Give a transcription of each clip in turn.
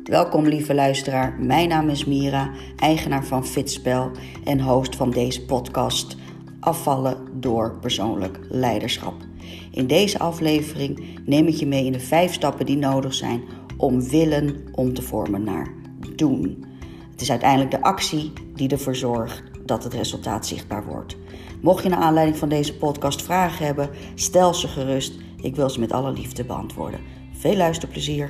Welkom lieve luisteraar, mijn naam is Mira, eigenaar van Fitspel en host van deze podcast Afvallen door persoonlijk leiderschap. In deze aflevering neem ik je mee in de 5 stappen die nodig zijn om willen om te vormen naar doen. Het is uiteindelijk de actie die ervoor zorgt dat het resultaat zichtbaar wordt. Mocht je naar aanleiding van deze podcast vragen hebben, stel ze gerust. Ik wil ze met alle liefde beantwoorden. Veel luisterplezier.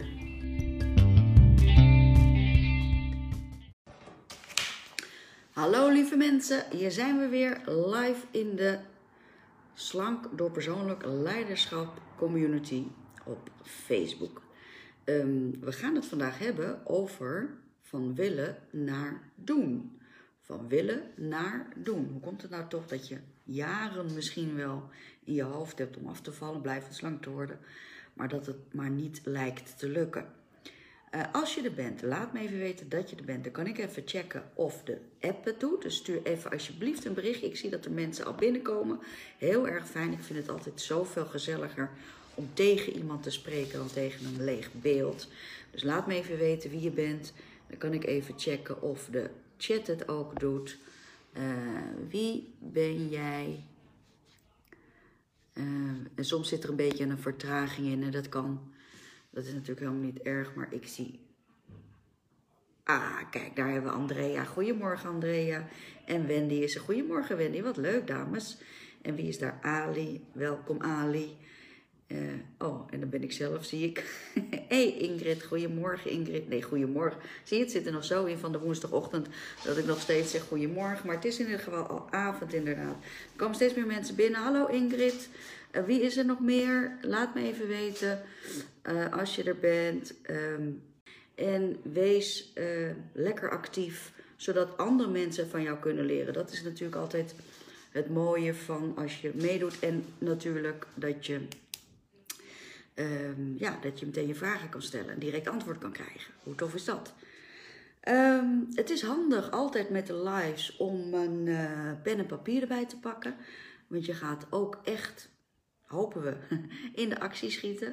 Hallo lieve mensen, hier zijn we weer live in de Slank door persoonlijk leiderschap community op Facebook. We gaan het vandaag hebben over van willen naar doen. Van willen naar doen. Hoe komt het nou toch dat je jaren misschien wel in je hoofd hebt om af te vallen, blijvend slank te worden, maar dat het maar niet lijkt te lukken? Als je er bent, laat me even weten dat je er bent. Dan kan ik even checken of de app het doet. Dus stuur even alsjeblieft een berichtje. Ik zie dat er mensen al binnenkomen. Heel erg fijn. Ik vind het altijd zoveel gezelliger om tegen iemand te spreken dan tegen een leeg beeld. Dus laat me even weten wie je bent. Dan kan ik even checken of de chat het ook doet. Wie ben jij? En soms zit er een beetje een vertraging in en dat kan. Dat is natuurlijk helemaal niet erg, maar ik zie... Kijk, daar hebben we Andrea. Goedemorgen Andrea. En Wendy is er. Goedemorgen Wendy, wat leuk dames. En wie is daar? Ali. Welkom Ali. En dan ben ik zelf, zie ik. Hey Ingrid, goedemorgen Ingrid. Nee, goedemorgen. Zie je, het zit er nog zo in van de woensdagochtend dat ik nog steeds zeg goedemorgen. Maar het is in ieder geval al avond inderdaad. Er komen steeds meer mensen binnen. Hallo Ingrid. Wie is er nog meer? Laat me even weten als je er bent. En wees lekker actief, zodat andere mensen van jou kunnen leren. Dat is natuurlijk altijd het mooie van als je meedoet. En natuurlijk dat je, dat je meteen je vragen kan stellen en direct antwoord kan krijgen. Hoe tof is dat? Het is handig altijd met de lives om een pen en papier erbij te pakken. Want je gaat ook echt, hopen we, in de actie schieten.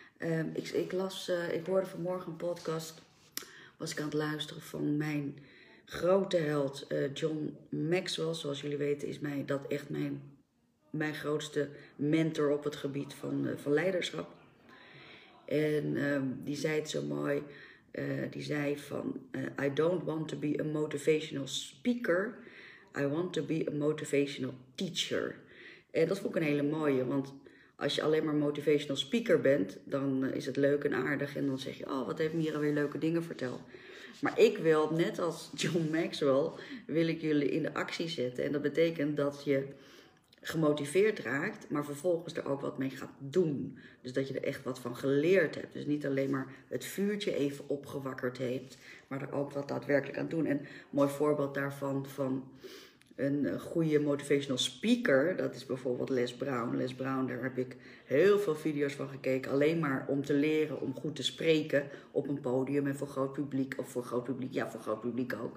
Ik hoorde vanmorgen een podcast, was ik aan het luisteren van mijn grote held John Maxwell. Zoals jullie weten is dat echt mijn grootste mentor op het gebied van leiderschap. En die zei het zo mooi, die zei van I don't want to be a motivational speaker, I want to be a motivational teacher. En dat vond ik een hele mooie, want als je alleen maar motivational speaker bent, dan is het leuk en aardig. En dan zeg je, wat heeft Mira weer leuke dingen verteld. Maar ik wil, net als John Maxwell, wil ik jullie in de actie zetten. En dat betekent dat je gemotiveerd raakt, maar vervolgens er ook wat mee gaat doen. Dus dat je er echt wat van geleerd hebt. Dus niet alleen maar het vuurtje even opgewakkerd heeft, maar er ook wat daadwerkelijk aan doen. En een mooi voorbeeld daarvan van een goede motivational speaker, dat is bijvoorbeeld Les Brown. Les Brown, daar heb ik heel veel video's van gekeken. Alleen maar om te leren om goed te spreken op een podium en voor groot publiek. Of voor groot publiek, ja, voor groot publiek ook.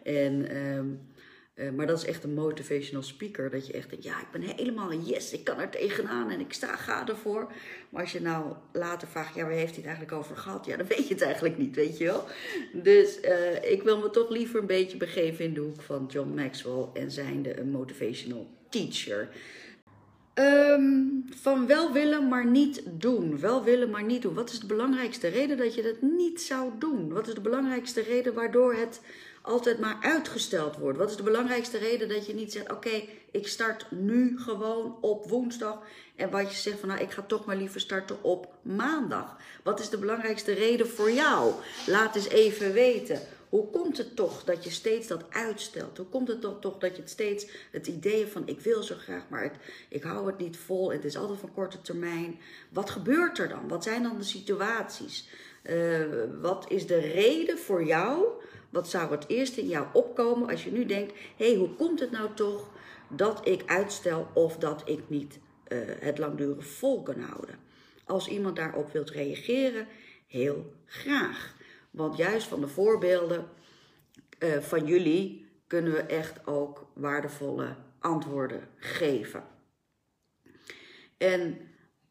Maar dat is echt een motivational speaker. Dat je echt denkt, ja, ik ben helemaal yes, ik kan er tegenaan en ik ga ervoor. Maar als je nou later vraagt, ja, waar heeft hij het eigenlijk over gehad? Ja, dan weet je het eigenlijk niet, weet je wel. Dus ik wil me toch liever een beetje begeven in de hoek van John Maxwell en zijnde een motivational teacher. Van wel willen, maar niet doen. Wel willen, maar niet doen. Wat is de belangrijkste reden dat je dat niet zou doen? Wat is de belangrijkste reden waardoor het altijd maar uitgesteld wordt? Wat is de belangrijkste reden dat je niet zegt, oké, ik start nu gewoon op woensdag. En wat je zegt van, ik ga toch maar liever starten op maandag. Wat is de belangrijkste reden voor jou? Laat eens even weten. Hoe komt het toch dat je steeds dat uitstelt? Hoe komt het toch dat je steeds het idee van ik wil zo graag, maar ik hou het niet vol. Het is altijd van korte termijn. Wat gebeurt er dan? Wat zijn dan de situaties? Wat is de reden voor jou? Wat zou het eerst in jou opkomen als je nu denkt, hoe komt het nou toch dat ik uitstel of dat ik niet het langdurig vol kan houden? Als iemand daarop wilt reageren, heel graag. Want juist van de voorbeelden van jullie kunnen we echt ook waardevolle antwoorden geven. En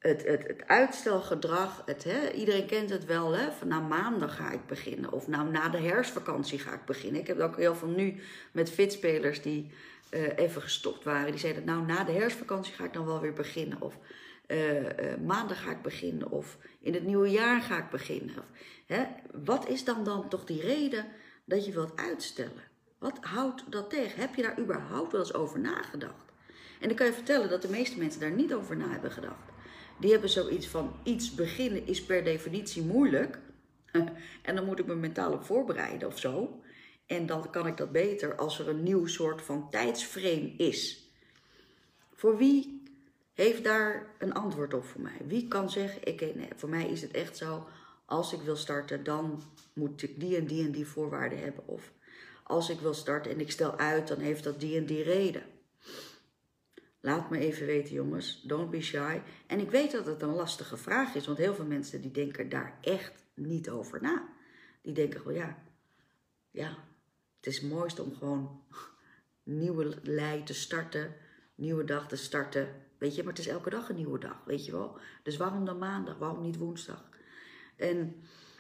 het uitstelgedrag, iedereen kent het wel, hè? Van nou maandag ga ik beginnen. Of nou na de herfstvakantie ga ik beginnen. Ik heb ook heel veel nu met fitspelers die even gestopt waren. Die zeiden nou na de herfstvakantie ga ik dan wel weer beginnen. Of maandag ga ik beginnen. Of in het nieuwe jaar ga ik beginnen. Wat is dan toch die reden dat je wilt uitstellen? Wat houdt dat tegen? Heb je daar überhaupt wel eens over nagedacht? En dan kan je vertellen dat de meeste mensen daar niet over na hebben gedacht. Die hebben zoiets van, iets beginnen is per definitie moeilijk. En dan moet ik me mentaal op voorbereiden of zo. En dan kan ik dat beter als er een nieuw soort van tijdsframe is. Voor wie heeft daar een antwoord op voor mij? Wie kan zeggen, nee, voor mij is het echt zo, als ik wil starten, dan moet ik die en die en die voorwaarden hebben. Of als ik wil starten en ik stel uit, dan heeft dat die en die reden. Laat me even weten, jongens. Don't be shy. En ik weet dat het een lastige vraag is, want heel veel mensen die denken daar echt niet over na. Die denken gewoon, ja, het is het mooiste om gewoon nieuwe lei te starten, nieuwe dag te starten. Weet je, maar het is elke dag een nieuwe dag, weet je wel. Dus waarom dan maandag? Waarom niet woensdag? En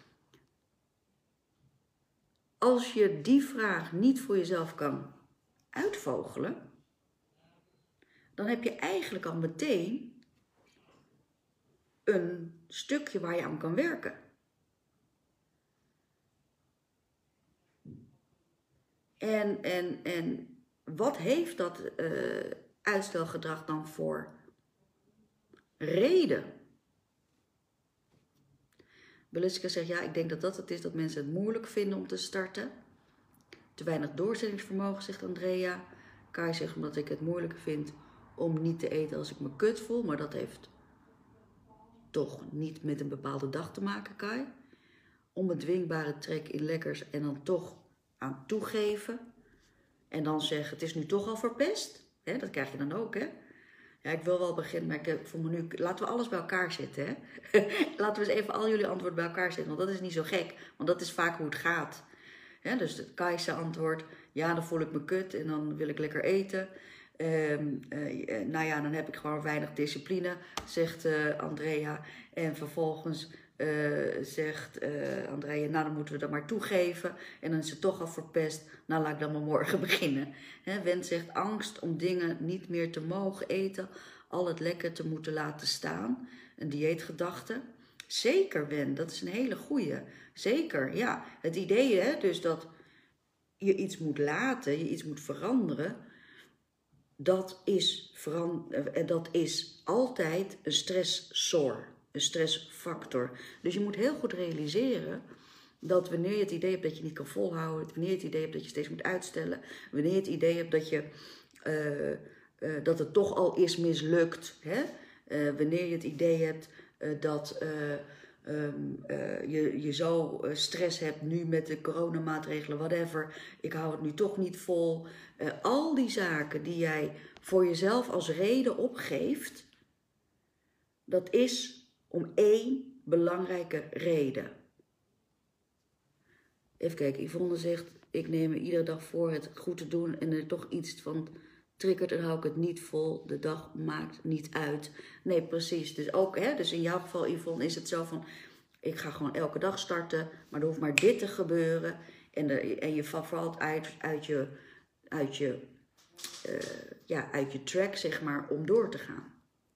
als je die vraag niet voor jezelf kan uitvogelen, dan heb je eigenlijk al meteen een stukje waar je aan kan werken. En wat heeft dat uitstelgedrag dan voor reden? Beluska zegt, ja, ik denk dat dat het is dat mensen het moeilijk vinden om te starten. Te weinig doorzettingsvermogen, zegt Andrea. Kai zegt, omdat ik het moeilijk vind om niet te eten als ik me kut voel. Maar dat heeft toch niet met een bepaalde dag te maken, Kai. Onbedwingbare trek in lekkers en dan toch aan toegeven. En dan zeggen, het is nu toch al verpest. Dat krijg je dan ook, hè. Ja, ik wil wel beginnen, maar ik voel me nu... Laten we alles bij elkaar zetten, hè. Laten we eens even al jullie antwoorden bij elkaar zetten. Want dat is niet zo gek, want dat is vaak hoe het gaat. Dus Kaj's antwoord, ja, dan voel ik me kut en dan wil ik lekker eten. Nou ja, dan heb ik gewoon weinig discipline, zegt Andrea. En vervolgens zegt Andrea, nou dan moeten we dat maar toegeven. En dan is het toch al verpest, nou laat ik dan maar morgen beginnen. Wen zegt, angst om dingen niet meer te mogen eten, al het lekker te moeten laten staan. Een dieetgedachte. Zeker, Wen, dat is een hele goeie. Zeker, ja. Het idee, dus dat je iets moet laten, je iets moet veranderen, dat is altijd een stressor, een stressfactor. Dus je moet heel goed realiseren dat wanneer je het idee hebt dat je niet kan volhouden, wanneer je het idee hebt dat je steeds moet uitstellen, wanneer je het idee hebt dat het toch al is mislukt, wanneer je het idee hebt dat je zo stress hebt nu met de coronamaatregelen, whatever, ik hou het nu toch niet vol. Al die zaken die jij voor jezelf als reden opgeeft, dat is om één belangrijke reden. Even kijken, Yvonne zegt, ik neem me iedere dag voor het goed te doen en er toch iets van triggert en hou ik het niet vol. De dag maakt niet uit. Nee, precies. Dus ook, dus in jouw geval, Yvonne, is het zo van, ik ga gewoon elke dag starten, maar er hoeft maar dit te gebeuren. En je valt uit je track, zeg maar, om door te gaan.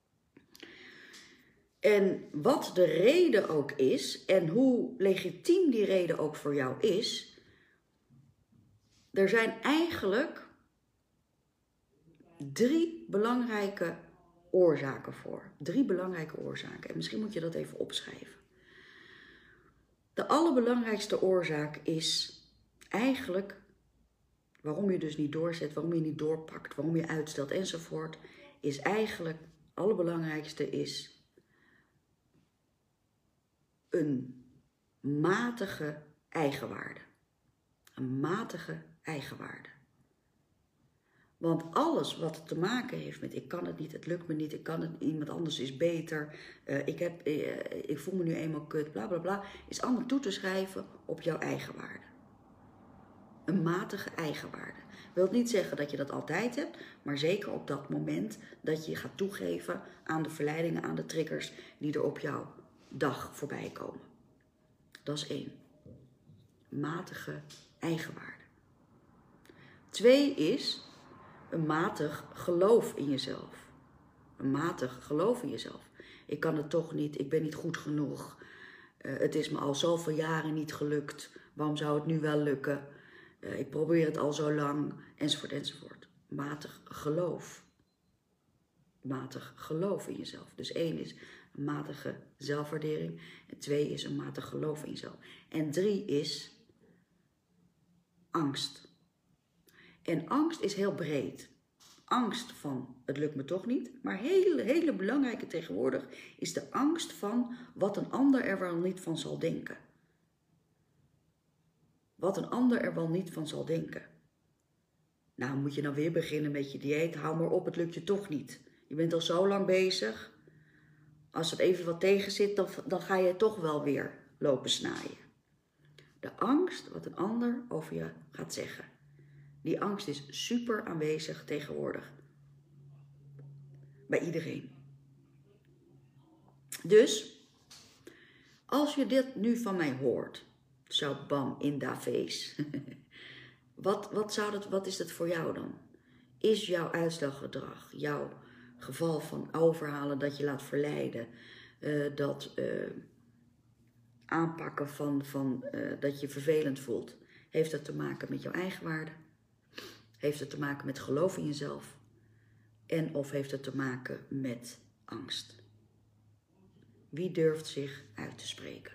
En wat de reden ook is, en hoe legitiem die reden ook voor jou is, er zijn eigenlijk 3 belangrijke oorzaken voor. 3 belangrijke oorzaken. En misschien moet je dat even opschrijven. De allerbelangrijkste oorzaak is eigenlijk waarom je dus niet doorzet, waarom je niet doorpakt, waarom je uitstelt enzovoort, is eigenlijk, het allerbelangrijkste is een matige eigenwaarde. Een matige eigenwaarde. Want alles wat te maken heeft met ik kan het niet, het lukt me niet, ik kan het, iemand anders is beter, ik voel me nu eenmaal kut, bla bla bla, is allemaal toe te schrijven op jouw eigenwaarde. Een matige eigenwaarde. Wil niet zeggen dat je dat altijd hebt, maar zeker op dat moment dat je gaat toegeven aan de verleidingen, aan de triggers die er op jouw dag voorbij komen. Dat is 1. Matige eigenwaarde. 2 is een matig geloof in jezelf. Een matig geloof in jezelf. Ik kan het toch niet, ik ben niet goed genoeg. Het is me al zoveel jaren niet gelukt. Waarom zou het nu wel lukken? Ik probeer het al zo lang, enzovoort, enzovoort. Matig geloof. Matig geloof in jezelf. Dus 1 is een matige zelfwaardering. En 2 is een matig geloof in jezelf. En 3 is angst. En angst is heel breed. Angst van het lukt me toch niet. Maar hele belangrijke tegenwoordig is de angst van wat een ander er wel niet van zal denken. Wat een ander er wel niet van zal denken. Nou, moet je nou weer beginnen met je dieet? Hou maar op, het lukt je toch niet. Je bent al zo lang bezig. Als het even wat tegen zit, dan ga je toch wel weer lopen snaaien. De angst wat een ander over je gaat zeggen. Die angst is super aanwezig tegenwoordig. Bij iedereen. Dus, als je dit nu van mij hoort, zo bam, in da face. Wat is het voor jou dan? Is jouw uitstelgedrag, jouw geval van overhalen dat je laat verleiden, dat aanpakken van dat je vervelend voelt, heeft dat te maken met jouw eigenwaarde? Heeft het te maken met geloof in jezelf? En of heeft het te maken met angst? Wie durft zich uit te spreken?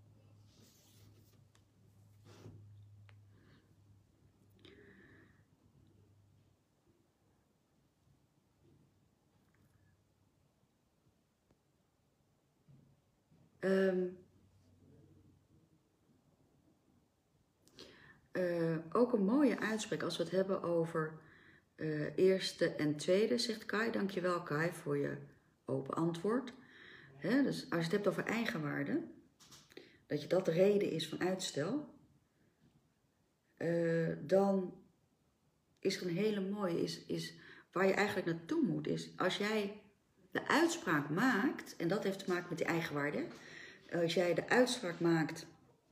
Ook een mooie uitspraak als we het hebben over eerste en tweede, zegt Kai. Dankjewel Kai voor je open antwoord. Dus als je het hebt over eigenwaarde, dat je dat de reden is van uitstel, dan is er een hele mooie, is waar je eigenlijk naartoe moet, is als jij de uitspraak maakt, en dat heeft te maken met die eigenwaarde, als jij de uitspraak maakt,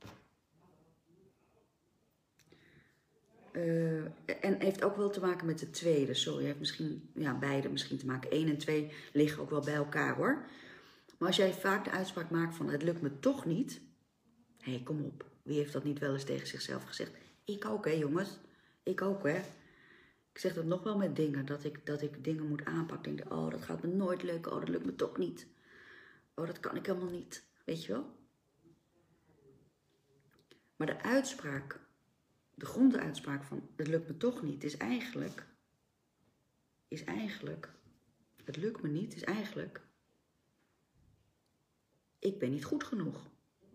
en heeft ook wel te maken met de tweede, sorry, heeft misschien, ja, beide misschien te maken, 1 en 2 liggen ook wel bij elkaar hoor. Maar als jij vaak de uitspraak maakt van het lukt me toch niet, hé, kom op, wie heeft dat niet wel eens tegen zichzelf gezegd? Ik ook hè jongens, ik ook hè. Ik zeg dat nog wel met dingen, dat ik dingen moet aanpakken. Denk, oh dat gaat me nooit lukken, oh dat lukt me toch niet. Oh dat kan ik helemaal niet, weet je wel. Maar de uitspraak, de gronduitspraak van het lukt me toch niet, is eigenlijk, het lukt me niet, is eigenlijk, ik ben niet goed genoeg.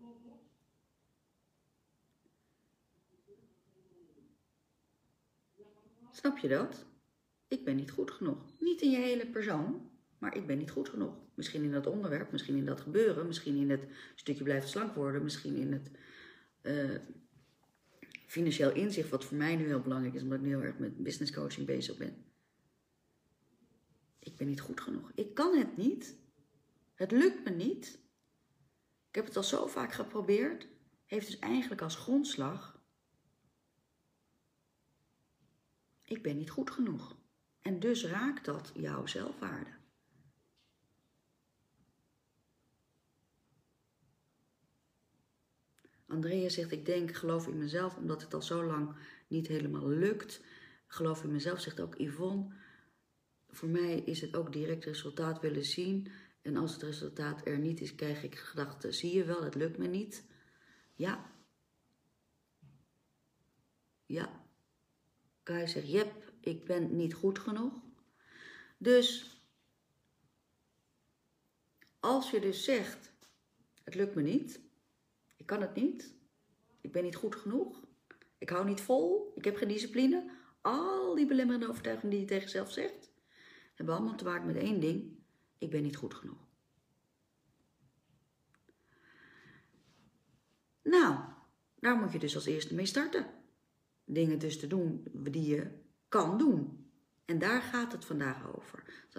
Snap je dat? Ik ben niet goed genoeg. Niet in je hele persoon, maar ik ben niet goed genoeg. Misschien in dat onderwerp, misschien in dat gebeuren, misschien in het stukje blijven slank worden, misschien in het financieel inzicht, wat voor mij nu heel belangrijk is, omdat ik nu heel erg met business coaching bezig ben. Ik ben niet goed genoeg. Ik kan het niet. Het lukt me niet. Ik heb het al zo vaak geprobeerd. Heeft dus eigenlijk als grondslag, ik ben niet goed genoeg. En dus raakt dat jouw zelfwaarde. Andrea zegt, ik denk, geloof in mezelf, omdat het al zo lang niet helemaal lukt. Geloof in mezelf, zegt ook Yvonne. Voor mij is het ook direct resultaat willen zien. En als het resultaat er niet is, krijg ik gedachten, zie je wel, het lukt me niet. Ja. Ja. Kai zegt, jep, ik ben niet goed genoeg. Dus, als je dus zegt, het lukt me niet, ik kan het niet, ik ben niet goed genoeg, ik hou niet vol, ik heb geen discipline, al die belemmerende overtuigingen die je tegen jezelf zegt, hebben allemaal te maken met één ding, ik ben niet goed genoeg. Nou, daar moet je dus als eerste mee starten. dingen dus te doen die je kan doen. En daar gaat het vandaag over. Dus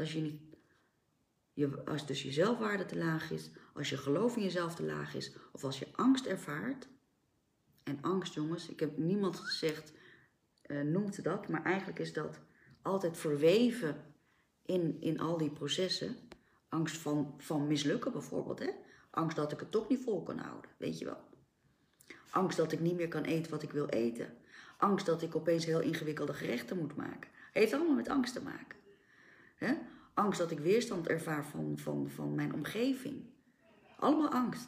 als dus je zelfwaarde te laag is, als je geloof in jezelf te laag is, of als je angst ervaart. En angst, jongens, ik heb niemand gezegd, noemt dat, maar eigenlijk is dat altijd verweven in al die processen. Angst van mislukken bijvoorbeeld, hè? Angst dat ik het toch niet vol kan houden, weet je wel. Angst dat ik niet meer kan eten wat ik wil eten. Angst dat ik opeens heel ingewikkelde gerechten moet maken. Heeft allemaal met angst te maken. Hè? Angst dat ik weerstand ervaar van mijn omgeving. Allemaal angst.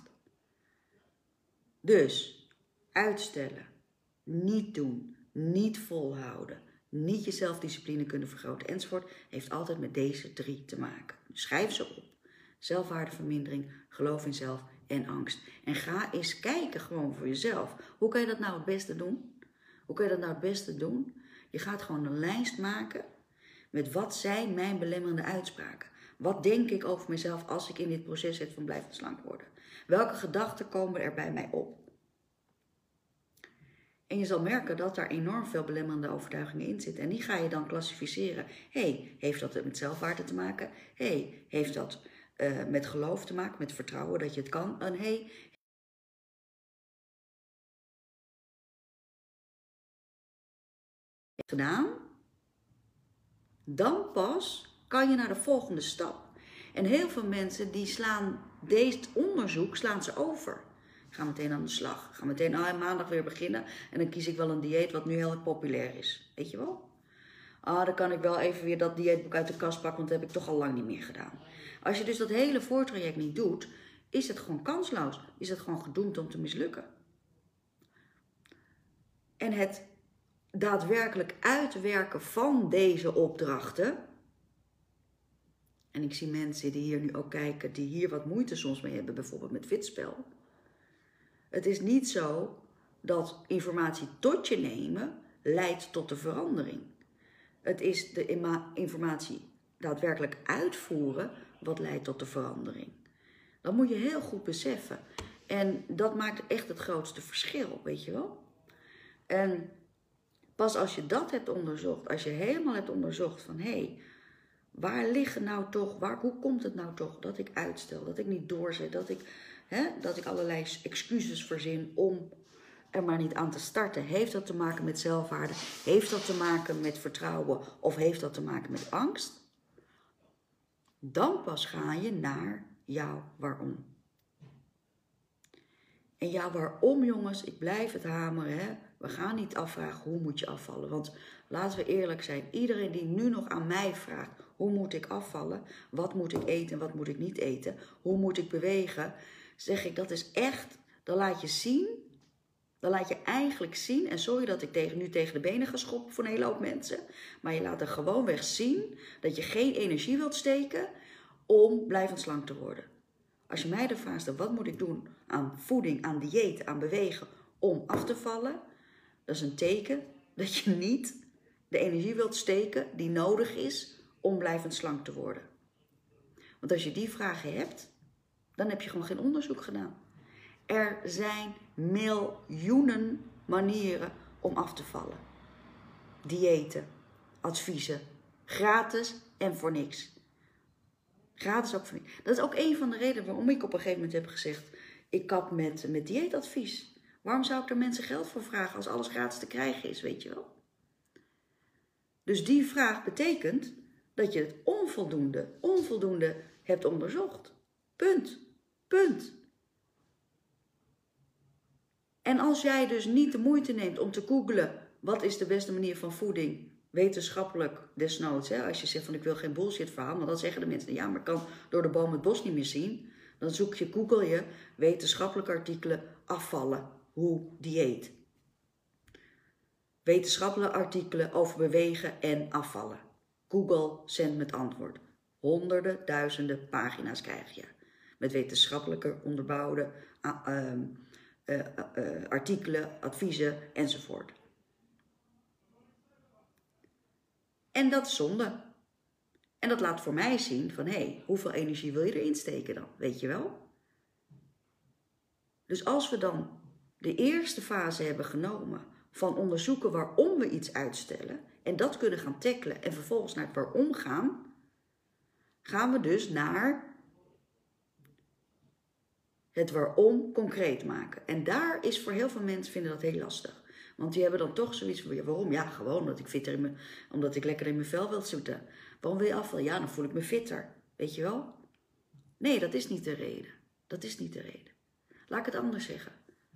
Dus uitstellen, niet doen, niet volhouden, niet je zelfdiscipline kunnen vergroten enzovoort, heeft altijd met deze 3 te maken. Dus schrijf ze op. Zelfwaardevermindering, geloof in zelf en angst. En ga eens kijken gewoon voor jezelf. Hoe kan je dat nou het beste doen? Hoe kan je dat nou het beste doen? Je gaat gewoon een lijst maken met wat zijn mijn belemmerende uitspraken. Wat denk ik over mezelf als ik in dit proces zit van blijven slank worden? Welke gedachten komen er bij mij op? En je zal merken dat daar enorm veel belemmerende overtuigingen in zitten. En die ga je dan klassificeren. Heeft dat met zelfwaarde te maken? Heeft dat met geloof te maken, met vertrouwen dat je het kan? En gedaan, dan pas kan je naar de volgende stap. En heel veel mensen die slaan deze onderzoek over. Ik ga meteen aan de slag. Ik ga meteen maandag weer beginnen. En dan kies ik wel een dieet wat nu heel erg populair is. Weet je wel? Dan kan ik wel even weer dat dieetboek uit de kast pakken, want dat heb ik toch al lang niet meer gedaan. Als je dus dat hele voortraject niet doet, is het gewoon kansloos. Is het gewoon gedoemd om te mislukken. En het daadwerkelijk uitwerken van deze opdrachten. En ik zie mensen die hier nu ook kijken, die hier wat moeite soms mee hebben, bijvoorbeeld met fitspel. Het is niet zo dat informatie tot je nemen leidt tot de verandering. Het is de informatie daadwerkelijk uitvoeren wat leidt tot de verandering. Dat moet je heel goed beseffen. En dat maakt echt het grootste verschil, weet je wel. En pas als je dat hebt onderzocht, als je helemaal hebt onderzocht van waar liggen nou toch, hoe komt het nou toch dat ik uitstel, dat ik niet doorzet, dat ik allerlei excuses verzin om er maar niet aan te starten. Heeft dat te maken met zelfwaarde? Heeft dat te maken met vertrouwen? Of heeft dat te maken met angst? Dan pas ga je naar jouw waarom. En jouw waarom, jongens, ik blijf het hameren. Hè? We gaan niet afvragen hoe moet je afvallen. Want laten we eerlijk zijn, iedereen die nu nog aan mij vraagt, hoe moet ik afvallen? Wat moet ik eten en wat moet ik niet eten? Hoe moet ik bewegen? Zeg ik, dat is echt, dan laat je zien. Dan laat je eigenlijk zien, en sorry dat ik nu tegen de benen ga schoppen voor een hele hoop mensen, maar je laat er gewoonweg zien dat je geen energie wilt steken om blijvend slank te worden. Als je mij de vraag stelt, wat moet ik doen aan voeding, aan dieet, aan bewegen om af te vallen? Dat is een teken dat je niet de energie wilt steken die nodig is om blijvend slank te worden. Want als je die vragen hebt, dan heb je gewoon geen onderzoek gedaan. Er zijn miljoenen manieren om af te vallen. Diëten, adviezen, gratis en voor niks. Gratis ook voor niks. Dat is ook een van de redenen waarom ik op een gegeven moment heb gezegd, ik kap met dieetadvies. Waarom zou ik er mensen geld voor vragen als alles gratis te krijgen is, weet je wel? Dus die vraag betekent dat je het onvoldoende hebt onderzocht. Punt. En als jij dus niet de moeite neemt om te googlen, wat is de beste manier van voeding, wetenschappelijk desnoods, hè? Als je zegt van ik wil geen bullshit verhaal, maar dan zeggen de mensen, ja, maar ik kan door de boom het bos niet meer zien. Dan google je wetenschappelijke artikelen afvallen, hoe dieet. Wetenschappelijke artikelen over bewegen en afvallen. Google zendt met antwoord. Honderden, duizenden pagina's krijg je. Met wetenschappelijke onderbouwde artikelen, adviezen enzovoort. En dat is zonde. En dat laat voor mij zien van, hoeveel energie wil je erin steken dan? Weet je wel? Dus als we dan de eerste fase hebben genomen van onderzoeken waarom we iets uitstellen en dat kunnen gaan tackelen en vervolgens naar het waarom gaan we dus naar het waarom concreet maken. En daar is voor heel veel mensen vinden dat heel lastig. Want die hebben dan toch zoiets van, waarom? Ja, gewoon omdat ik lekker in mijn vel wil zitten. Waarom wil je afvallen? Ja, dan voel ik me fitter. Weet je wel? Nee, dat is niet de reden. Dat is niet de reden. Laat ik het anders zeggen.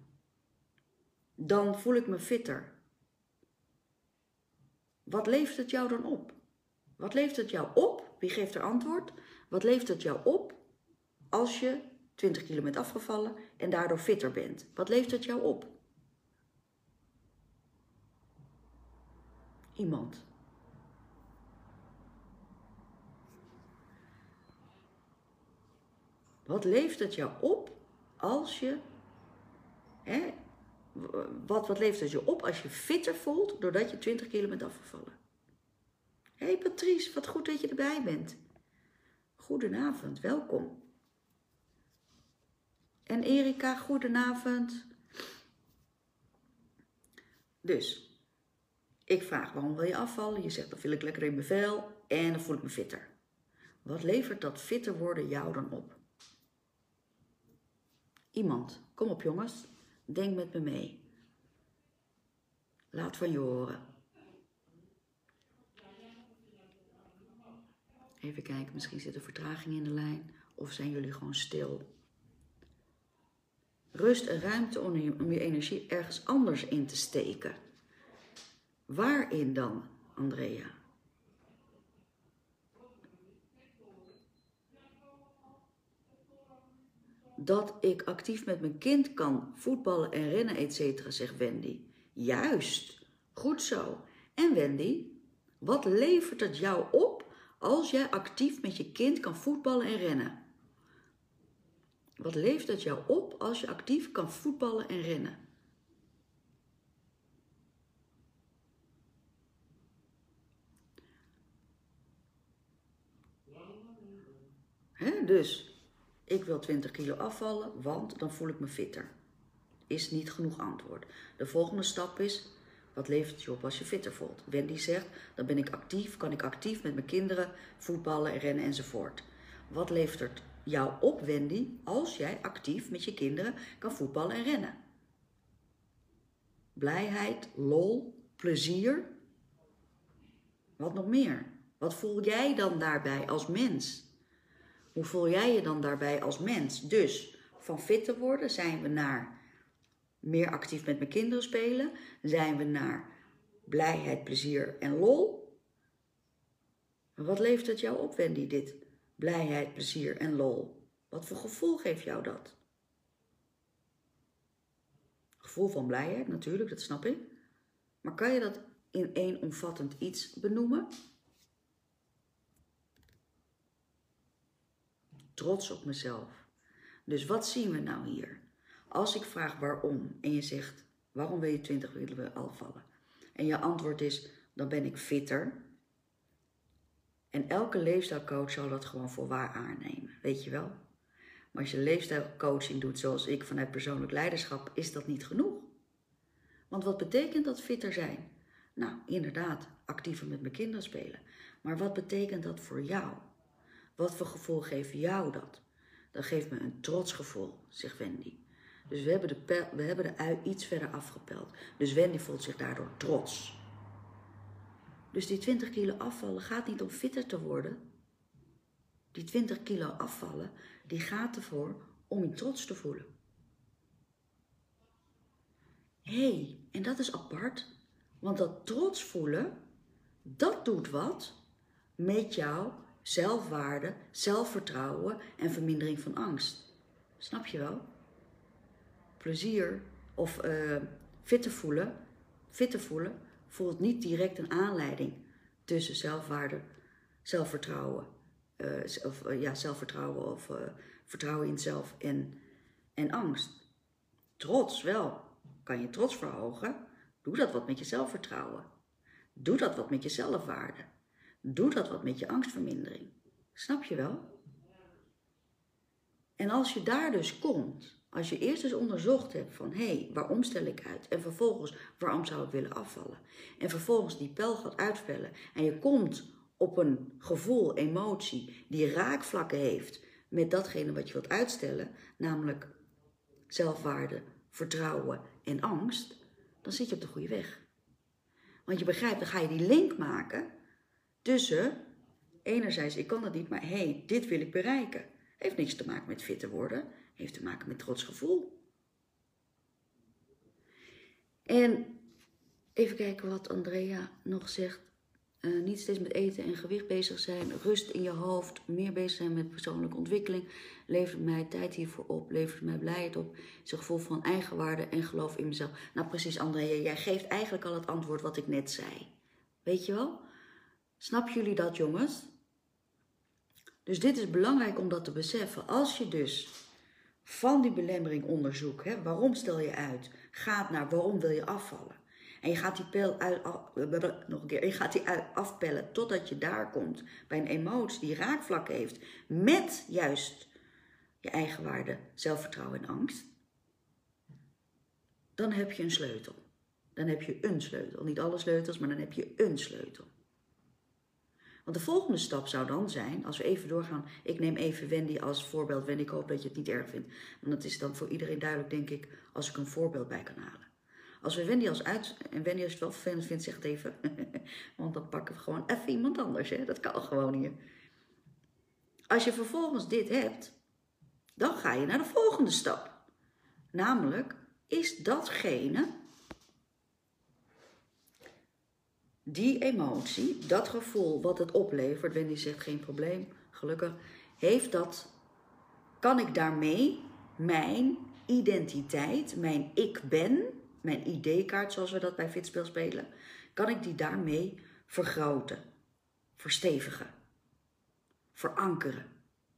Dan voel ik me fitter. Wat levert het jou dan op? Wat levert het jou op? Wie geeft er antwoord? Wat levert het jou op als je 20 kilo bent afgevallen en daardoor fitter bent? Wat levert het jou op? Iemand. Wat levert het jou op als je... Wat levert het je op als je fitter voelt doordat je 20 kilo bent afgevallen? Hé Patrice, wat goed dat je erbij bent. Goedenavond, welkom. En Erika, goedenavond. Dus, ik vraag waarom wil je afvallen? Je zegt dan wil ik lekker in mijn vel en dan voel ik me fitter. Wat levert dat fitter worden jou dan op? Iemand, kom op jongens, denk met me mee. Laat van je horen. Even kijken, misschien zit er vertraging in de lijn of zijn jullie gewoon stil. Rust en ruimte om je energie ergens anders in te steken. Waarin dan, Andrea? Dat ik actief met mijn kind kan voetballen en rennen, etc., zegt Wendy. Juist, goed zo. En Wendy, wat levert het jou op als jij actief met je kind kan voetballen en rennen? Wat levert het jou op als je actief kan voetballen en rennen? Dus, ik wil 20 kilo afvallen, want dan voel ik me fitter. Is niet genoeg antwoord. De volgende stap is, wat levert het je op als je fitter voelt? Wendy zegt, dan ben ik actief, kan ik actief met mijn kinderen voetballen en rennen enzovoort. Wat levert het jou op, Wendy, als jij actief met je kinderen kan voetballen en rennen? Blijheid, lol, plezier. Wat nog meer? Wat voel jij dan daarbij als mens? Hoe voel jij je dan daarbij als mens? Dus van fit te worden zijn we naar meer actief met mijn kinderen spelen. Zijn we naar blijheid, plezier en lol. Wat levert het jou op, Wendy, dit? Blijheid, plezier en lol. Wat voor gevoel geeft jou dat? Gevoel van blijheid, natuurlijk, dat snap ik. Maar kan je dat in één omvattend iets benoemen? Trots op mezelf. Dus wat zien we nou hier? Als ik vraag waarom en je zegt, waarom wil je 20 kilo afvallen? En je antwoord is, dan ben ik fitter. En elke leefstijlcoach zal dat gewoon voor waar aannemen, weet je wel? Maar als je leefstijlcoaching doet zoals ik vanuit persoonlijk leiderschap, is dat niet genoeg. Want wat betekent dat fitter zijn? Nou, inderdaad, actiever met mijn kinderen spelen. Maar wat betekent dat voor jou? Wat voor gevoel geeft jou dat? Dat geeft me een trots gevoel, zegt Wendy. Dus we hebben de ui iets verder afgepeld. Dus Wendy voelt zich daardoor trots. Dus die 20 kilo afvallen gaat niet om fitter te worden. Die 20 kilo afvallen, die gaat ervoor om je trots te voelen. Hé, en dat is apart. Want dat trots voelen, dat doet wat met jouw zelfwaarde, zelfvertrouwen en vermindering van angst. Snap je wel? Plezier of fitter voelen voelt niet direct een aanleiding tussen zelfwaarde, zelfvertrouwen, zelfvertrouwen of vertrouwen in jezelf en angst. Trots wel. Kan je trots verhogen? Doe dat wat met je zelfvertrouwen. Doe dat wat met je zelfwaarde. Doe dat wat met je angstvermindering. Snap je wel? En als je daar dus komt, Als je eerst eens onderzocht hebt van, hé, waarom stel ik uit? En vervolgens, waarom zou ik willen afvallen? En vervolgens die pijl gaat uitpellen. En je komt op een gevoel, emotie, die raakvlakken heeft met datgene wat je wilt uitstellen. Namelijk zelfwaarde, vertrouwen en angst. Dan zit je op de goede weg. Want je begrijpt, dan ga je die link maken tussen, enerzijds, ik kan dat niet, maar hé, dit wil ik bereiken. Heeft niks te maken met fitter worden. Heeft te maken met trots gevoel. En even kijken wat Andrea nog zegt. Niet steeds met eten en gewicht bezig zijn. Rust in je hoofd. Meer bezig zijn met persoonlijke ontwikkeling. Levert mij tijd hiervoor op. Levert mij blijheid op. Is een gevoel van eigenwaarde en geloof in mezelf. Nou precies Andrea, jij geeft eigenlijk al het antwoord wat ik net zei. Weet je wel? Snap jullie dat jongens? Dus dit is belangrijk om dat te beseffen. Als je dus van die belemmering onderzoek, waarom stel je uit, gaat naar waarom wil je afvallen. En je gaat die pijl afpellen totdat je daar komt bij een emotie die raakvlak heeft met juist je eigenwaarde, zelfvertrouwen en angst. Dan heb je een sleutel. Dan heb je een sleutel. Niet alle sleutels, maar dan heb je een sleutel. Want de volgende stap zou dan zijn, als we even doorgaan, ik neem even Wendy als voorbeeld. Wendy, ik hoop dat je het niet erg vindt. Want het is dan voor iedereen duidelijk, denk ik, als ik een voorbeeld bij kan halen. Als we Wendy en Wendy als je het wel vervelend vindt, zeg het even. Want dan pakken we gewoon even iemand anders, hè? Dat kan gewoon hier. Als je vervolgens dit hebt, dan ga je naar de volgende stap. Namelijk, is datgene, die emotie, dat gevoel wat het oplevert, Wendy zegt geen probleem, gelukkig, kan ik daarmee mijn identiteit, mijn ik ben, mijn ID-kaart zoals we dat bij Fitspel spelen, kan ik die daarmee vergroten, verstevigen, verankeren.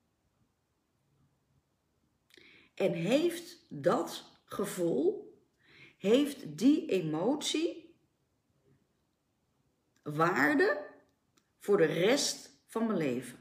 En heeft dat gevoel, heeft die emotie waarde voor de rest van mijn leven.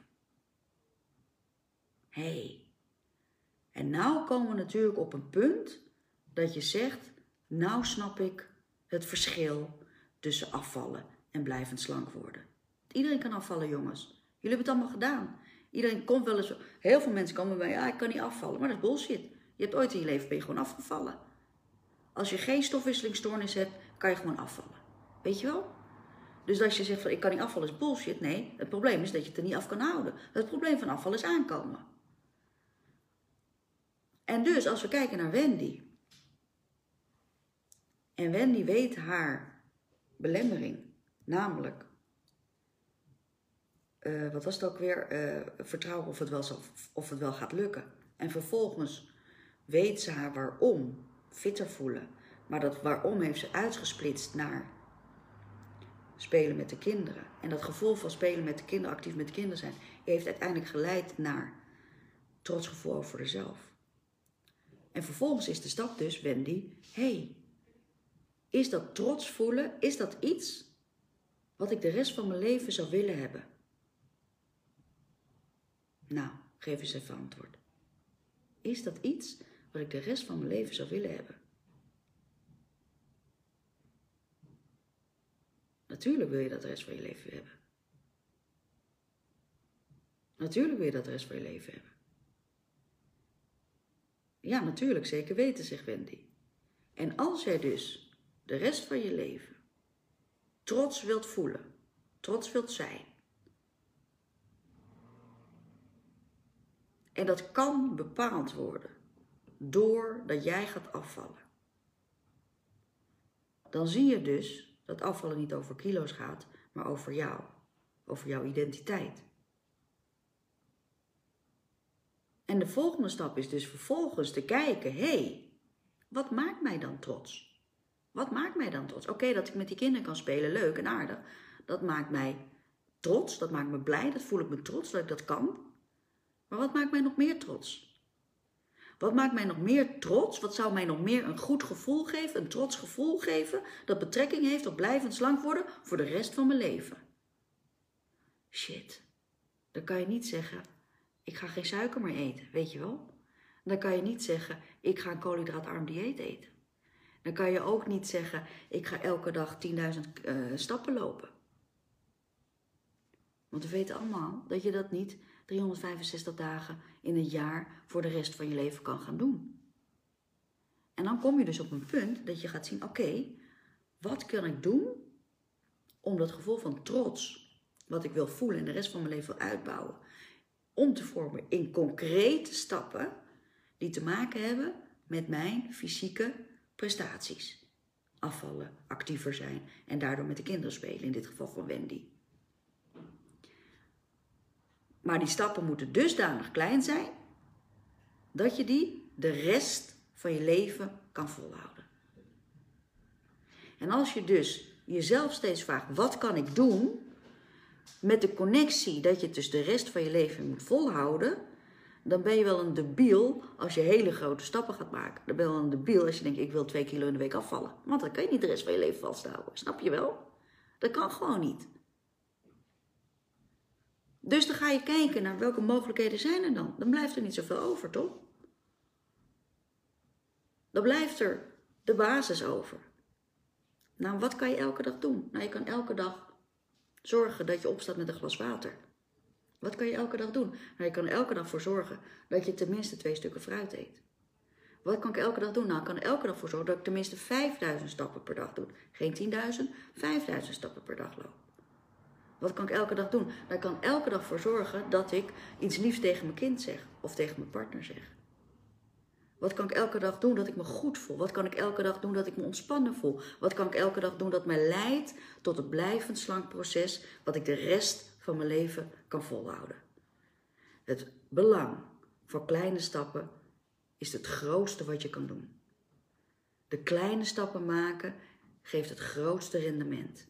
En nou komen we natuurlijk op een punt dat je zegt, nou snap ik het verschil tussen afvallen en blijvend slank worden. Iedereen kan afvallen, jongens. Jullie hebben het allemaal gedaan. Iedereen komt wel eens, heel veel mensen komen bij, ja, ik kan niet afvallen, maar dat is bullshit. Je hebt ooit in je leven, ben je gewoon afgevallen. Als je geen stofwisselingsstoornis hebt, kan je gewoon afvallen. Weet je wel? Dus als je zegt van ik kan niet afvallen is bullshit. Nee, het probleem is dat je het er niet af kan houden. Het probleem van afvallen is aankomen. En dus als we kijken naar Wendy. En Wendy weet haar belemmering. Namelijk, wat was het ook weer? Vertrouwen of het wel gaat lukken. En vervolgens weet ze haar waarom fitter voelen. Maar dat waarom heeft ze uitgesplitst naar spelen met de kinderen. En dat gevoel van spelen met de kinderen, actief met de kinderen zijn, heeft uiteindelijk geleid naar trots gevoel over zichzelf. En vervolgens is de stap dus, Wendy, is dat trots voelen, is dat iets wat ik de rest van mijn leven zou willen hebben? Nou, geef eens even antwoord. Is dat iets wat ik de rest van mijn leven zou willen hebben? Natuurlijk wil je dat de rest van je leven hebben. Natuurlijk wil je dat de rest van je leven hebben. Ja, natuurlijk, zeker weten, zegt Wendy. En als jij dus de rest van je leven trots wilt voelen, trots wilt zijn. En dat kan bepaald worden doordat jij gaat afvallen. Dan zie je dus dat afvallen niet over kilo's gaat, maar over jou. Over jouw identiteit. En de volgende stap is dus vervolgens te kijken, wat maakt mij dan trots? Wat maakt mij dan trots? Oké, dat ik met die kinderen kan spelen, leuk en aardig. Dat maakt mij trots, dat maakt me blij, dat voel ik me trots dat ik dat kan. Maar wat maakt mij nog meer trots? Wat maakt mij nog meer trots? Wat zou mij nog meer een goed gevoel geven, een trots gevoel geven, dat betrekking heeft op blijvend slank worden voor de rest van mijn leven? Shit, dan kan je niet zeggen, ik ga geen suiker meer eten, weet je wel? Dan kan je niet zeggen, ik ga een koolhydraatarm dieet eten. Dan kan je ook niet zeggen, ik ga elke dag 10.000 stappen lopen. Want we weten allemaal dat je dat niet 365 dagen in een jaar voor de rest van je leven kan gaan doen. En dan kom je dus op een punt dat je gaat zien, oké, wat kan ik doen om dat gevoel van trots, wat ik wil voelen en de rest van mijn leven wil uitbouwen, om te vormen in concrete stappen die te maken hebben met mijn fysieke prestaties. Afvallen, actiever zijn en daardoor met de kinderen spelen, in dit geval van Wendy. Maar die stappen moeten dusdanig klein zijn, dat je die de rest van je leven kan volhouden. En als je dus jezelf steeds vraagt, wat kan ik doen? Met de connectie dat je het dus de rest van je leven moet volhouden, dan ben je wel een debiel als je hele grote stappen gaat maken. Dan ben je wel een debiel als je denkt, ik wil 2 kilo in de week afvallen. Want dan kan je niet de rest van je leven vasthouden. Snap je wel? Dat kan gewoon niet. Dus dan ga je kijken naar welke mogelijkheden zijn er dan. Dan blijft er niet zoveel over, toch? Dan blijft er de basis over. Nou, wat kan je elke dag doen? Nou, je kan elke dag zorgen dat je opstaat met een glas water. Wat kan je elke dag doen? Nou, je kan er elke dag voor zorgen dat je tenminste 2 stukken fruit eet. Wat kan ik elke dag doen? Nou, ik kan er elke dag voor zorgen dat ik tenminste 5.000 stappen per dag doe. Geen 10.000, 5.000 stappen per dag loop. Wat kan ik elke dag doen? Nou, ik kan elke dag voor zorgen dat ik iets liefs tegen mijn kind zeg of tegen mijn partner zeg. Wat kan ik elke dag doen dat ik me goed voel? Wat kan ik elke dag doen dat ik me ontspannen voel? Wat kan ik elke dag doen dat mij leidt tot het blijvend slank proces wat ik de rest van mijn leven kan volhouden? Het belang voor kleine stappen is het grootste wat je kan doen. De kleine stappen maken geeft het grootste rendement.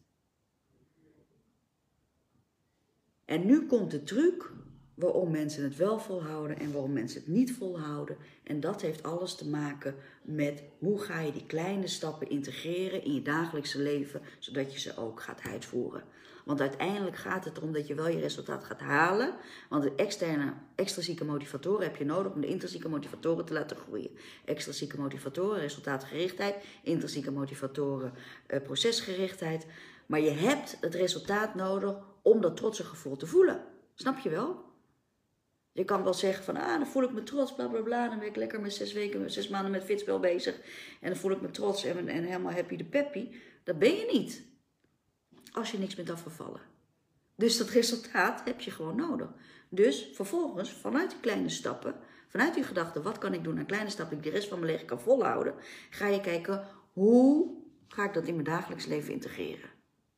En nu komt de truc waarom mensen het wel volhouden en waarom mensen het niet volhouden. En dat heeft alles te maken met hoe ga je die kleine stappen integreren in je dagelijkse leven, zodat je ze ook gaat uitvoeren. Want uiteindelijk gaat het erom dat je wel je resultaat gaat halen. Want de extrinsieke motivatoren heb je nodig om de intrinsieke motivatoren te laten groeien. Extrinsieke motivatoren, resultaatgerichtheid. Intrinsieke motivatoren, procesgerichtheid. Maar je hebt het resultaat nodig om dat trotse gevoel te voelen. Snap je wel? Je kan wel zeggen van, dan voel ik me trots, bla bla bla. Dan ben ik lekker met 6 maanden met fitspel bezig. En dan voel ik me trots en helemaal happy de peppy. Dat ben je niet. Als je niks bent afgevallen. Dus dat resultaat heb je gewoon nodig. Dus vervolgens, vanuit die kleine stappen, vanuit die gedachte, wat kan ik doen aan kleine stappen die ik de rest van mijn leven kan volhouden, ga je kijken, hoe ga ik dat in mijn dagelijks leven integreren?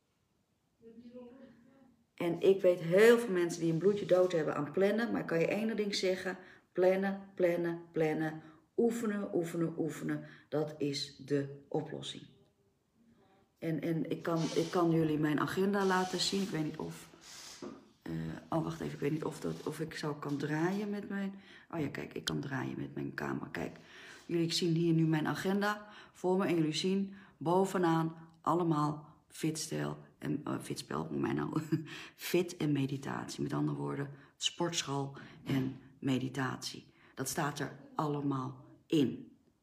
En ik weet heel veel mensen die een bloedje dood hebben aan plannen, maar ik kan je één ding zeggen, plannen, plannen, plannen, oefenen, oefenen, oefenen, dat is de oplossing. En ik kan jullie mijn agenda laten zien. Ik weet niet of... wacht even. Ik weet niet of ik zo kan draaien met mijn... Oh ja, kijk. Ik kan draaien met mijn camera. Kijk. Jullie zien hier nu mijn agenda voor me. En jullie zien bovenaan allemaal fitstijl en... fitspel, hoe mij nou? Fit en meditatie. Met andere woorden, sportschool en meditatie. Dat staat er allemaal in.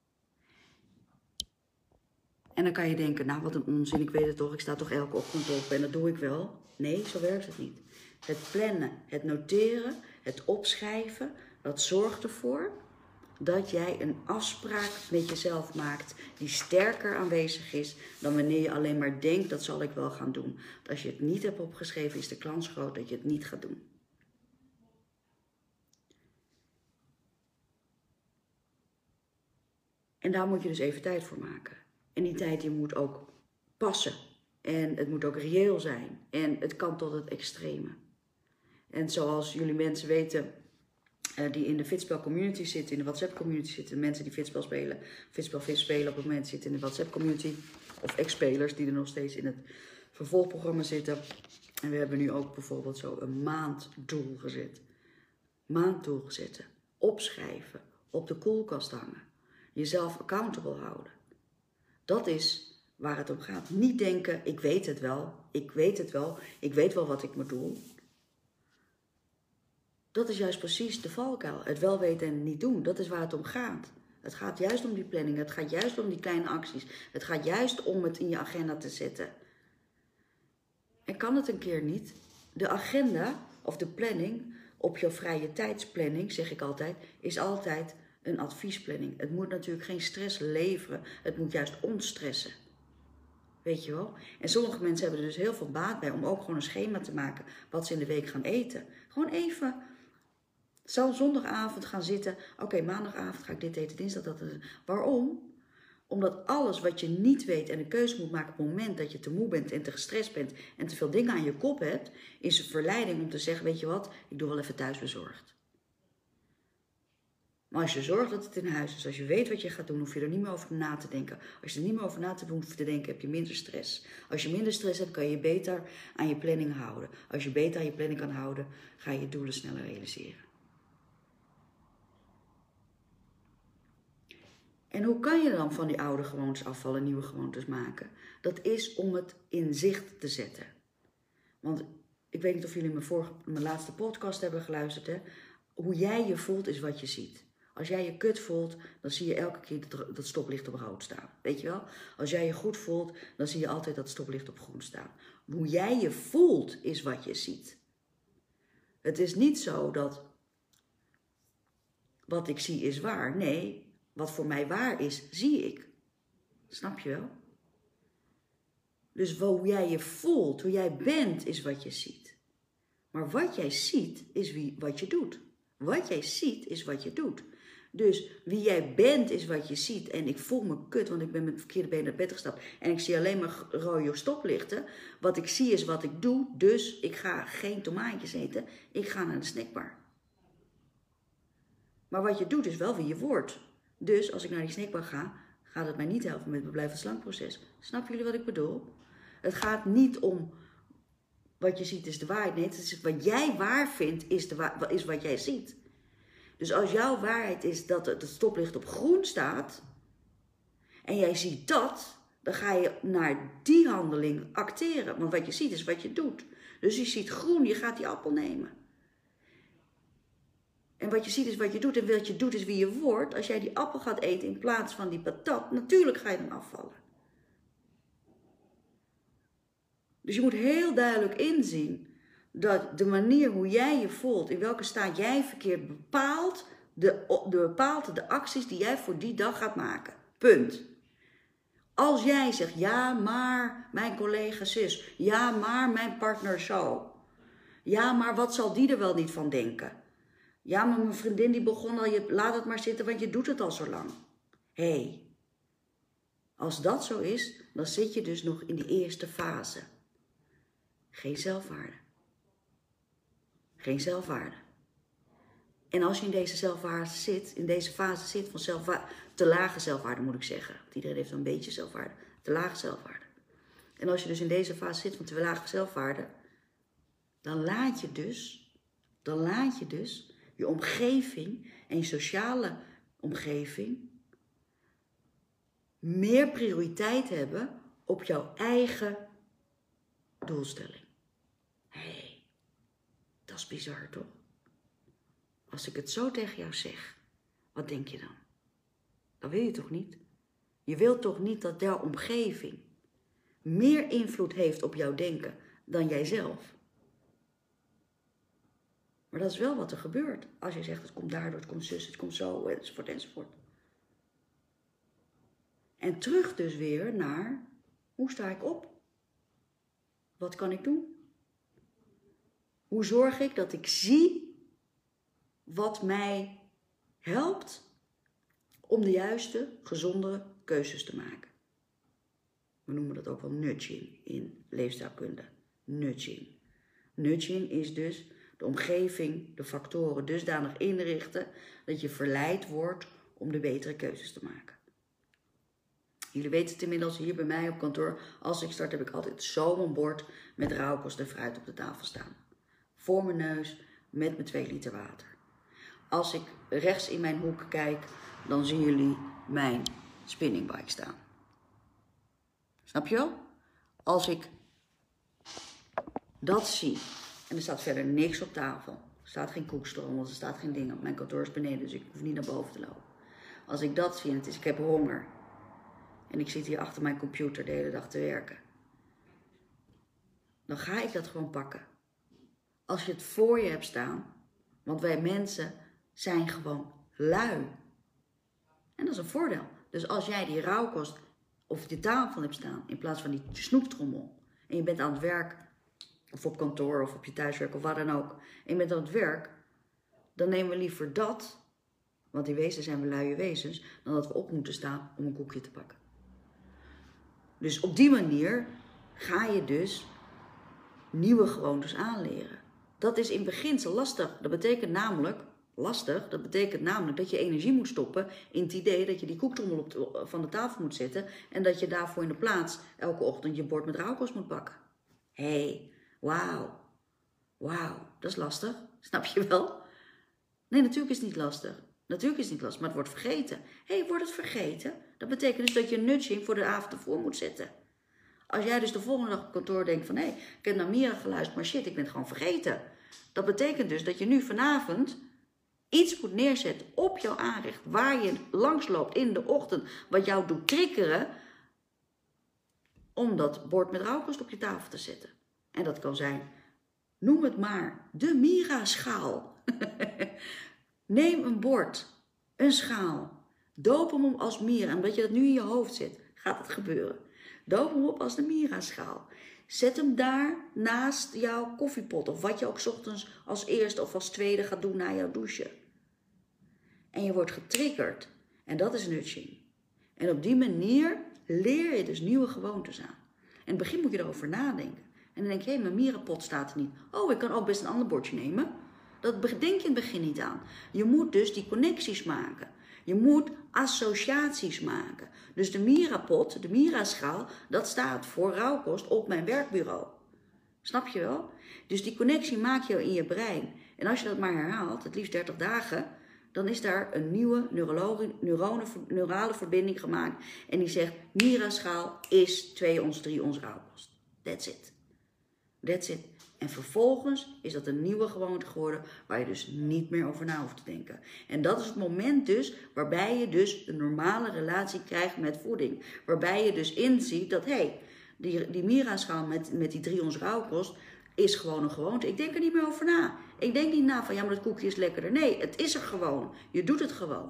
En dan kan je denken, nou wat een onzin, ik weet het toch, ik sta toch elke ochtend op en dat doe ik wel. Nee, zo werkt het niet. Het plannen, het noteren, het opschrijven, dat zorgt ervoor dat jij een afspraak met jezelf maakt die sterker aanwezig is dan wanneer je alleen maar denkt, dat zal ik wel gaan doen. Want als je het niet hebt opgeschreven, is de kans groot dat je het niet gaat doen. En daar moet je dus even tijd voor maken. En die tijd die moet ook passen. En het moet ook reëel zijn. En het kan tot het extreme. En zoals jullie mensen weten, die in de Fitspel community zitten, in de WhatsApp community zitten, mensen die Fitspel spelen, Fitspel spelen op het moment zitten in de WhatsApp community, of ex-spelers die er nog steeds in het vervolgprogramma zitten. En we hebben nu ook bijvoorbeeld zo een maanddoel gezet. Maanddoel zetten, opschrijven, op de koelkast hangen, jezelf accountable houden. Dat is waar het om gaat. Niet denken, ik weet het wel, ik weet het wel, ik weet wel wat ik moet doen. Dat is juist precies de valkuil. Het wel weten en het niet doen. Dat is waar het om gaat. Het gaat juist om die planning. Het gaat juist om die kleine acties. Het gaat juist om het in je agenda te zetten. En kan het een keer niet? De agenda of de planning op jouw vrije tijdsplanning, zeg ik altijd, is altijd een adviesplanning. Het moet natuurlijk geen stress leveren. Het moet juist ontstressen. Weet je wel? En sommige mensen hebben er dus heel veel baat bij om ook gewoon een schema te maken wat ze in de week gaan eten. Gewoon even zondagavond gaan zitten. Oké, maandagavond ga ik dit eten, dinsdag dat. Waarom? Omdat alles wat je niet weet en een keuze moet maken op het moment dat je te moe bent en te gestrest bent en te veel dingen aan je kop hebt, is een verleiding om te zeggen, weet je wat, ik doe wel even thuisbezorgd. Maar als je zorgt dat het in huis is, als je weet wat je gaat doen, hoef je er niet meer over na te denken. Als je er niet meer over na te hoeft te denken, heb je minder stress. Als je minder stress hebt, kan je beter aan je planning houden. Als je beter aan je planning kan houden, ga je je doelen sneller realiseren. En hoe kan je dan van die oude gewoontes afvallen en nieuwe gewoontes maken? Dat is om het in zicht te zetten. Want ik weet niet of jullie mijn laatste podcast hebben geluisterd. Hè? Hoe jij je voelt is wat je ziet. Als jij je kut voelt, dan zie je elke keer dat stoplicht op rood staan. Weet je wel? Als jij je goed voelt, dan zie je altijd dat stoplicht op groen staan. Hoe jij je voelt is wat je ziet. Het is niet zo dat wat ik zie is waar. Nee, wat voor mij waar is, zie ik. Snap je wel? Dus hoe jij je voelt, hoe jij bent, is wat je ziet. Maar wat jij ziet, is wat je doet. Wat jij ziet, is wat je doet. Dus wie jij bent, is wat je ziet. En ik voel me kut, want ik ben met het verkeerde been naar bed gestapt. En ik zie alleen maar rode stoplichten. Wat ik zie is wat ik doe. Dus ik ga geen tomaatjes eten. Ik ga naar de snackbar. Maar wat je doet, is wel wie je wordt. Dus als ik naar die snackbar ga, gaat het mij niet helpen met het blijven slankproces. Snappen jullie wat ik bedoel? Het gaat niet om wat je ziet is de waarheid. Nee, het is wat jij waar vindt is wat jij ziet. Dus als jouw waarheid is dat het stoplicht op groen staat en jij ziet dat, dan ga je naar die handeling acteren. Want wat je ziet is wat je doet. Dus je ziet groen, je gaat die appel nemen. En wat je ziet is wat je doet en wat je doet is wie je wordt. Als jij die appel gaat eten in plaats van die patat, natuurlijk ga je dan afvallen. Dus je moet heel duidelijk inzien dat de manier hoe jij je voelt, in welke staat jij verkeert, bepaalt de acties die jij voor die dag gaat maken. Punt. Als jij zegt, ja maar mijn collega zus, ja maar mijn partner zo. Ja maar wat zal die er wel niet van denken? Ja maar mijn vriendin die begon al, laat het maar zitten want je doet het al zo lang. Hé, als dat zo is, dan zit je dus nog in die eerste fase. Geen zelfwaarde. Geen zelfwaarde. En als je in deze fase zit van te lage zelfwaarde moet ik zeggen. Want iedereen heeft een beetje zelfwaarde. Te lage zelfwaarde. En als je dus in deze fase zit van te lage zelfwaarde, dan laat je dus je omgeving en je sociale omgeving meer prioriteit hebben op jouw eigen doelstelling. Hé, dat is bizar toch? Als ik het zo tegen jou zeg, wat denk je dan? Dat wil je toch niet? Je wilt toch niet dat jouw omgeving meer invloed heeft op jouw denken dan jijzelf? Maar dat is wel wat er gebeurt. Als je zegt, het komt daardoor, het komt zus, het komt zo, enzovoort, enzovoort. En terug dus weer naar, hoe sta ik op? Wat kan ik doen? Hoe zorg ik dat ik zie wat mij helpt om de juiste, gezondere keuzes te maken? We noemen dat ook wel nudging in leefstijlkunde. Nudging. Nudging is dus de omgeving, de factoren dusdanig inrichten dat je verleid wordt om de betere keuzes te maken. Jullie weten het inmiddels, hier bij mij op kantoor, als ik start heb ik altijd zo'n bord met rauwkost en fruit op de tafel staan. Voor mijn neus met mijn 2 liter water. Als ik rechts in mijn hoek kijk, dan zien jullie mijn spinningbike staan. Snap je wel? Als ik dat zie en er staat verder niks op tafel, Er staat geen koekstroom, want er staat geen ding op. Mijn kantoor is beneden, dus ik hoef niet naar boven te lopen. Als ik dat zie en ik heb honger. En ik zit hier achter mijn computer de hele dag te werken. Dan ga ik dat gewoon pakken. Als je het voor je hebt staan. Want wij mensen zijn gewoon lui. En dat is een voordeel. Dus als jij die rauwkost of die tafel hebt staan in plaats van die snoeptrommel. En je bent aan het werk, of op kantoor of op je thuiswerk of waar dan ook. En je bent aan het werk. Dan nemen we liever dat, want in wezen zijn we luie wezens, dan dat we op moeten staan om een koekje te pakken. Dus op die manier ga je dus nieuwe gewoontes aanleren. Dat is in beginsel lastig. Dat betekent namelijk dat je energie moet stoppen in het idee dat je die koektrommel van de tafel moet zetten en dat je daarvoor in de plaats elke ochtend je bord met rauwkost moet pakken. Hé, wauw, dat is lastig. Snap je wel? Nee, natuurlijk is het niet lastig. Natuurlijk is het niet lastig, maar het wordt vergeten. Hé, wordt het vergeten? Dat betekent dus dat je een nudging voor de avond ervoor moet zetten. Als jij dus de volgende dag op kantoor denkt van, hé, ik heb naar Mira geluisterd, maar shit, ik ben het gewoon vergeten. Dat betekent dus dat je nu vanavond iets moet neerzetten op jouw aanrecht, waar je langs loopt in de ochtend, wat jou doet triggeren, om dat bord met rauwkost op je tafel te zetten. En dat kan zijn, noem het maar, de Mira-schaal. Neem een bord, een schaal, doop hem op als Mira. En omdat je dat nu in je hoofd zit, gaat het gebeuren. Doop hem op als de Mira-schaal. Zet hem daar naast jouw koffiepot. Of wat je ook 's ochtends als eerste of als tweede gaat doen na jouw douche. En je wordt getriggerd. En dat is nudging. En op die manier leer je dus nieuwe gewoontes aan. In het begin moet je erover nadenken. En dan denk je, hé, mijn Mira-pot staat er niet. Oh, ik kan ook best een ander bordje nemen. Dat denk je in het begin niet aan. Je moet dus die connecties maken. Je moet associaties maken. Dus de Mira-pot, de Mira-schaal, dat staat voor rauwkost op mijn werkbureau. Snap je wel? Dus die connectie maak je in je brein. En als je dat maar herhaalt, het liefst 30 dagen, dan is daar een nieuwe neurale verbinding gemaakt. En die zegt, Mira-schaal is 2 ons, 3 ons rauwkost. That's it. That's it. En vervolgens is dat een nieuwe gewoonte geworden waar je dus niet meer over na hoeft te denken. En dat is het moment dus waarbij je dus een normale relatie krijgt met voeding. Waarbij je dus inziet dat, hé, die Mira-schaal met die 3 ons rauwkost is gewoon een gewoonte. Ik denk er niet meer over na. Ik denk niet na van, ja, maar dat koekje is lekkerder. Nee, het is er gewoon. Je doet het gewoon.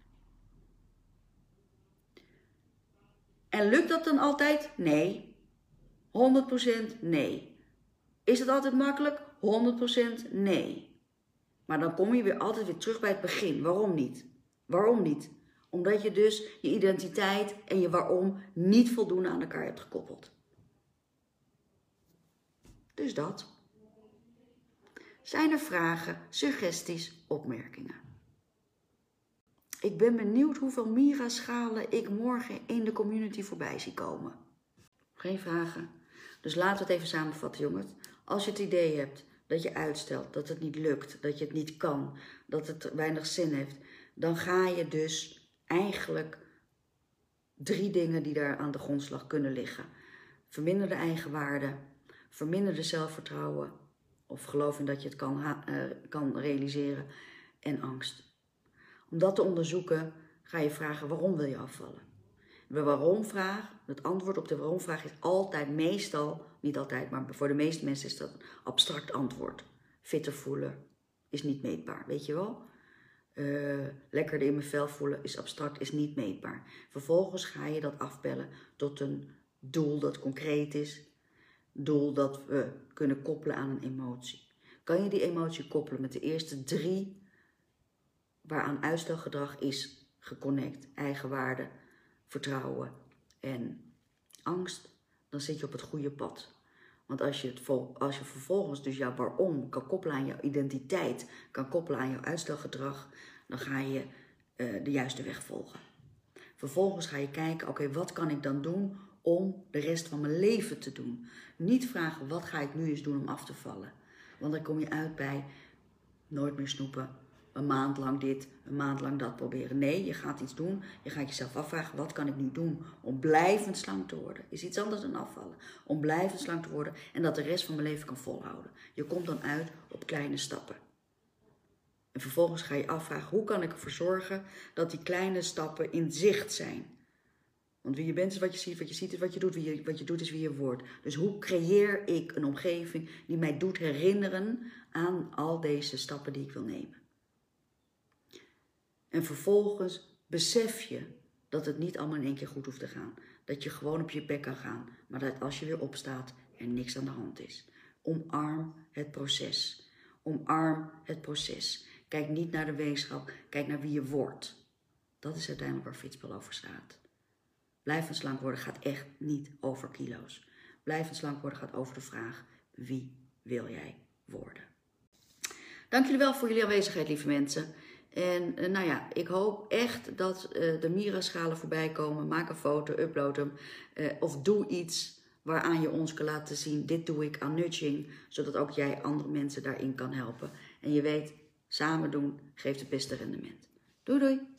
En lukt dat dan altijd? Nee. 100% nee. Is het altijd makkelijk? 100% nee. Maar dan kom je weer altijd weer terug bij het begin. Waarom niet? Waarom niet? Omdat je dus je identiteit en je waarom niet voldoende aan elkaar hebt gekoppeld. Dus dat. Zijn er vragen, suggesties, opmerkingen? Ik ben benieuwd hoeveel Mira-schalen ik morgen in de community voorbij zie komen. Geen vragen? Dus laten we het even samenvatten, jongens. Als je het idee hebt dat je uitstelt, dat het niet lukt, dat je het niet kan, dat het weinig zin heeft, dan ga je dus eigenlijk 3 dingen die daar aan de grondslag kunnen liggen. Verminderde eigenwaarde, verminderde zelfvertrouwen of geloof in dat je het kan realiseren en angst. Om dat te onderzoeken ga je vragen waarom wil je afvallen. De waarom-vraag, het antwoord op de waarom-vraag is altijd meestal, niet altijd, maar voor de meeste mensen is dat een abstract antwoord. Fitter voelen is niet meetbaar, weet je wel? Lekkerder in mijn vel voelen is abstract, is niet meetbaar. Vervolgens ga je dat afbellen tot een doel dat concreet is. Doel dat we kunnen koppelen aan een emotie. Kan je die emotie koppelen met de eerste 3 waaraan uitstelgedrag is geconnect, eigenwaarde, vertrouwen en angst, dan zit je op het goede pad. Want als je vervolgens dus jouw waarom kan koppelen aan jouw identiteit, kan koppelen aan jouw uitstelgedrag, dan ga je de juiste weg volgen. Vervolgens ga je kijken, oké, wat kan ik dan doen om de rest van mijn leven te doen? Niet vragen, wat ga ik nu eens doen om af te vallen? Want dan kom je uit bij nooit meer snoepen. Een maand lang dit, een maand lang dat proberen. Nee, je gaat iets doen. Je gaat jezelf afvragen, wat kan ik nu doen om blijvend slank te worden? Is iets anders dan afvallen. Om blijvend slank te worden en dat de rest van mijn leven kan volhouden. Je komt dan uit op kleine stappen. En vervolgens ga je afvragen, hoe kan ik ervoor zorgen dat die kleine stappen in zicht zijn? Want wie je bent is wat je ziet is wat je doet, wat je doet is wie je wordt. Dus hoe creëer ik een omgeving die mij doet herinneren aan al deze stappen die ik wil nemen? En vervolgens besef je dat het niet allemaal in één keer goed hoeft te gaan. Dat je gewoon op je bek kan gaan, maar dat als je weer opstaat er niks aan de hand is. Omarm het proces. Omarm het proces. Kijk niet naar de weegschaal, kijk naar wie je wordt. Dat is uiteindelijk waar Fitspel over staat. Blijvend slank worden gaat echt niet over kilo's. Blijvend slank worden gaat over de vraag, wie wil jij worden? Dank jullie wel voor jullie aanwezigheid, lieve mensen. En nou ja, ik hoop echt dat de Mira-schalen voorbij komen. Maak een foto, upload hem. Of doe iets waaraan je ons kan laten zien, dit doe ik aan nudging. Zodat ook jij andere mensen daarin kan helpen. En je weet, samen doen geeft het beste rendement. Doei doei!